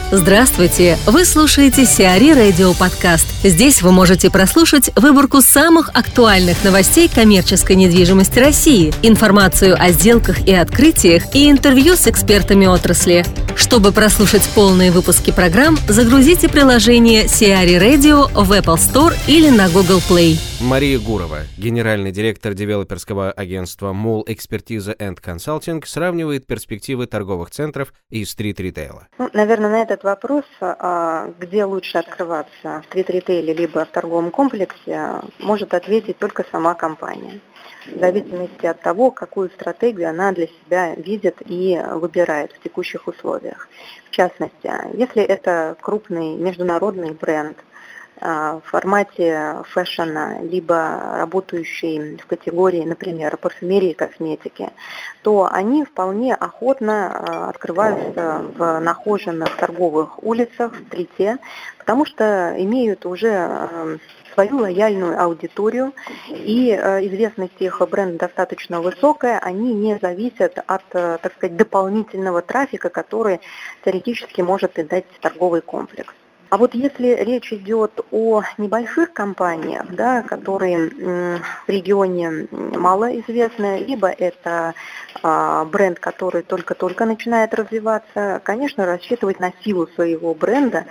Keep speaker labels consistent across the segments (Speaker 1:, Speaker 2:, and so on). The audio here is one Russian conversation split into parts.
Speaker 1: Здравствуйте! Вы слушаете Сиари Радио Подкаст. Здесь вы можете прослушать выборку самых актуальных новостей коммерческой недвижимости России, информацию о сделках и открытиях и интервью с экспертами отрасли. Чтобы прослушать полные выпуски программ, загрузите приложение Сиари Radio в Apple Store или на Google Play.
Speaker 2: Мария Гурова, генеральный директор девелоперского агентства Mall Expertise and Consulting, сравнивает перспективы торговых центров и стрит-ритейла.
Speaker 3: Наверное, на этот вопрос, где лучше открываться, в стрит-ритейле либо в торговом комплексе, может ответить только сама компания. В зависимости от того, какую стратегию она для себя видит и выбирает в текущих условиях. В частности, если это крупный международный бренд, в формате фэшена, либо работающий в категории, например, парфюмерии и косметики, то они вполне охотно открываются в нахоженных торговых улицах, в стрите, потому что имеют уже свою лояльную аудиторию, и известность их бренда достаточно высокая, они не зависят от, так сказать, дополнительного трафика, который теоретически может дать торговый комплекс. А вот если речь идет о небольших компаниях, да, которые в регионе малоизвестны, либо это бренд, который только-только начинает развиваться, конечно, рассчитывать на силу своего бренда,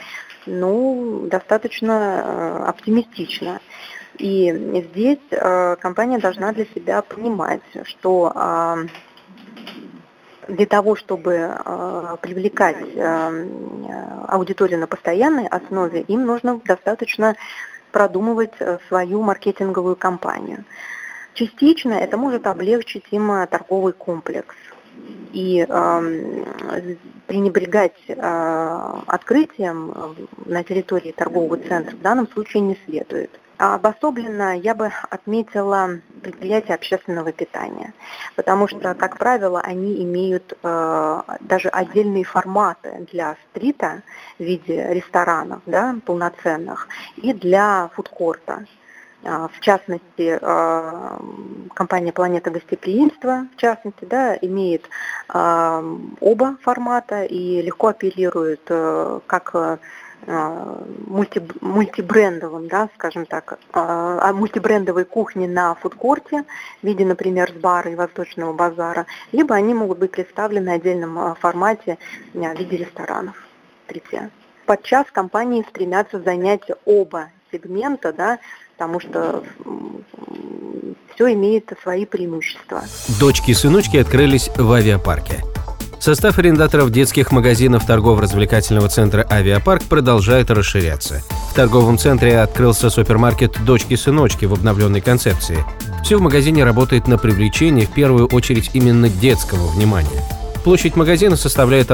Speaker 3: достаточно оптимистично. И здесь компания должна для себя понимать, что для того, чтобы привлекать аудиторию на постоянной основе, им нужно достаточно продумывать свою маркетинговую кампанию. Частично это может облегчить им торговый комплекс. И пренебрегать открытием на территории торгового центра в данном случае не следует. Обособленно я бы отметила предприятия общественного питания, потому что, как правило, они имеют даже отдельные форматы для стрита в виде ресторанов, да, полноценных, и для фудкорта. В частности, компания «Планета гостеприимства», в частности, да, имеет оба формата и легко оперирует как мультибрендовым, да, скажем так, мультибрендовой кухни на фудкорте в виде, например, с-бара и Восточного базара, либо они могут быть представлены в отдельном формате в виде ресторанов. Подчас компании стремятся занять оба сегмента, да, потому что все имеет свои преимущества.
Speaker 2: Дочки-сыночки открылись в авиапарке. Состав арендаторов детских магазинов торгово-развлекательного центра «Авиапарк» продолжает расширяться. В торговом центре открылся супермаркет «Дочки-сыночки» в обновленной концепции. Все в магазине работает на привлечение, в первую очередь, именно детского внимания. Площадь магазина составляет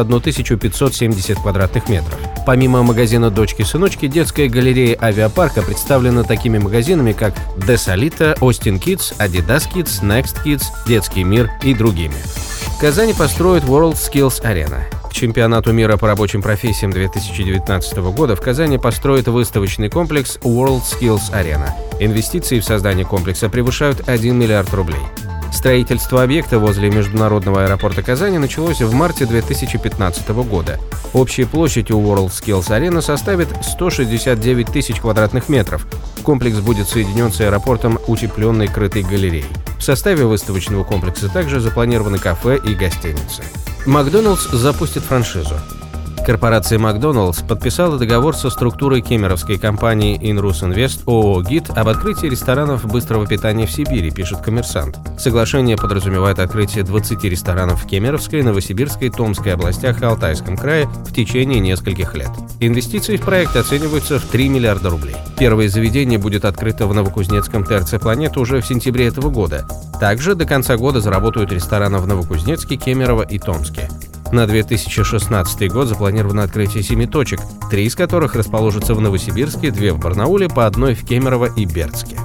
Speaker 2: 1570 квадратных метров. Помимо магазина «Дочки-сыночки», детская галерея «Авиапарка» представлена такими магазинами, как Desalita, Austin Kids, Adidas Kids, Next Kids, Детский мир и другими. В Казани построят World Skills Arena. К чемпионату мира по рабочим профессиям 2019 года в Казани построят выставочный комплекс World Skills Arena. Инвестиции в создание комплекса превышают 1 миллиард рублей. Строительство объекта возле международного аэропорта Казани началось в марте 2015 года. Общая площадь у World Skills Arena составит 169 тысяч квадратных метров. Комплекс будет соединен с аэропортом утепленной крытой галереей. В составе выставочного комплекса также запланированы кафе и гостиницы. Макдоналдс запустит франшизу. Корпорация «Макдоналдс» подписала договор со структурой кемеровской компании «Инрус Инвест» ООО «ГИД» об открытии ресторанов быстрого питания в Сибири, пишет «Коммерсант». Соглашение подразумевает открытие 20 ресторанов в Кемеровской, Новосибирской, Томской областях и Алтайском крае в течение нескольких лет. Инвестиции в проект оцениваются в 3 миллиарда рублей. Первое заведение будет открыто в Новокузнецком ТРЦ «Планета» уже в сентябре этого года. Также до конца года заработают рестораны в Новокузнецке, Кемерово и Томске. На 2016 год запланировано открытие 7 точек, 3 из которых расположатся в Новосибирске, 2 в Барнауле, по одной в Кемерово и Бердске.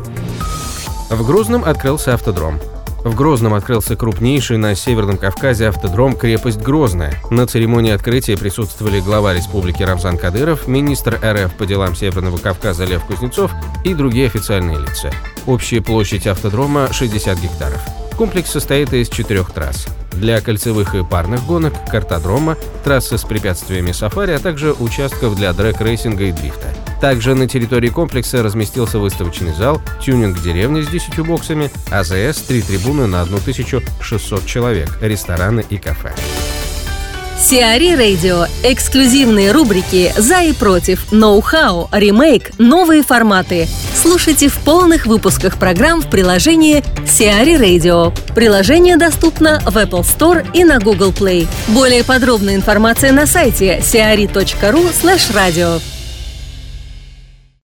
Speaker 2: В Грозном открылся автодром. В Грозном открылся крупнейший на Северном Кавказе автодром «Крепость Грозная». На церемонии открытия присутствовали глава республики Рамзан Кадыров, министр РФ по делам Северного Кавказа Лев Кузнецов и другие официальные лица. Общая площадь автодрома – 60 гектаров. Комплекс состоит из 4 трасс. для кольцевых и парных гонок, картодрома, трассы с препятствиями сафари, а также участков для дрэг-рейсинга и дрифта. Также на территории комплекса разместился выставочный зал, тюнинг-деревня с 10 боксами, АЗС, 3 трибуны на 1600 человек, рестораны и кафе.
Speaker 1: Сиари Радио. Эксклюзивные рубрики «За и против», «Ноу-хау», «Ремейк», «Новые форматы». Слушайте в полных выпусках программ в приложении Сиари Radio. Приложение доступно в Apple Store и на Google Play. Более подробная информация на сайте siari.ru/radio.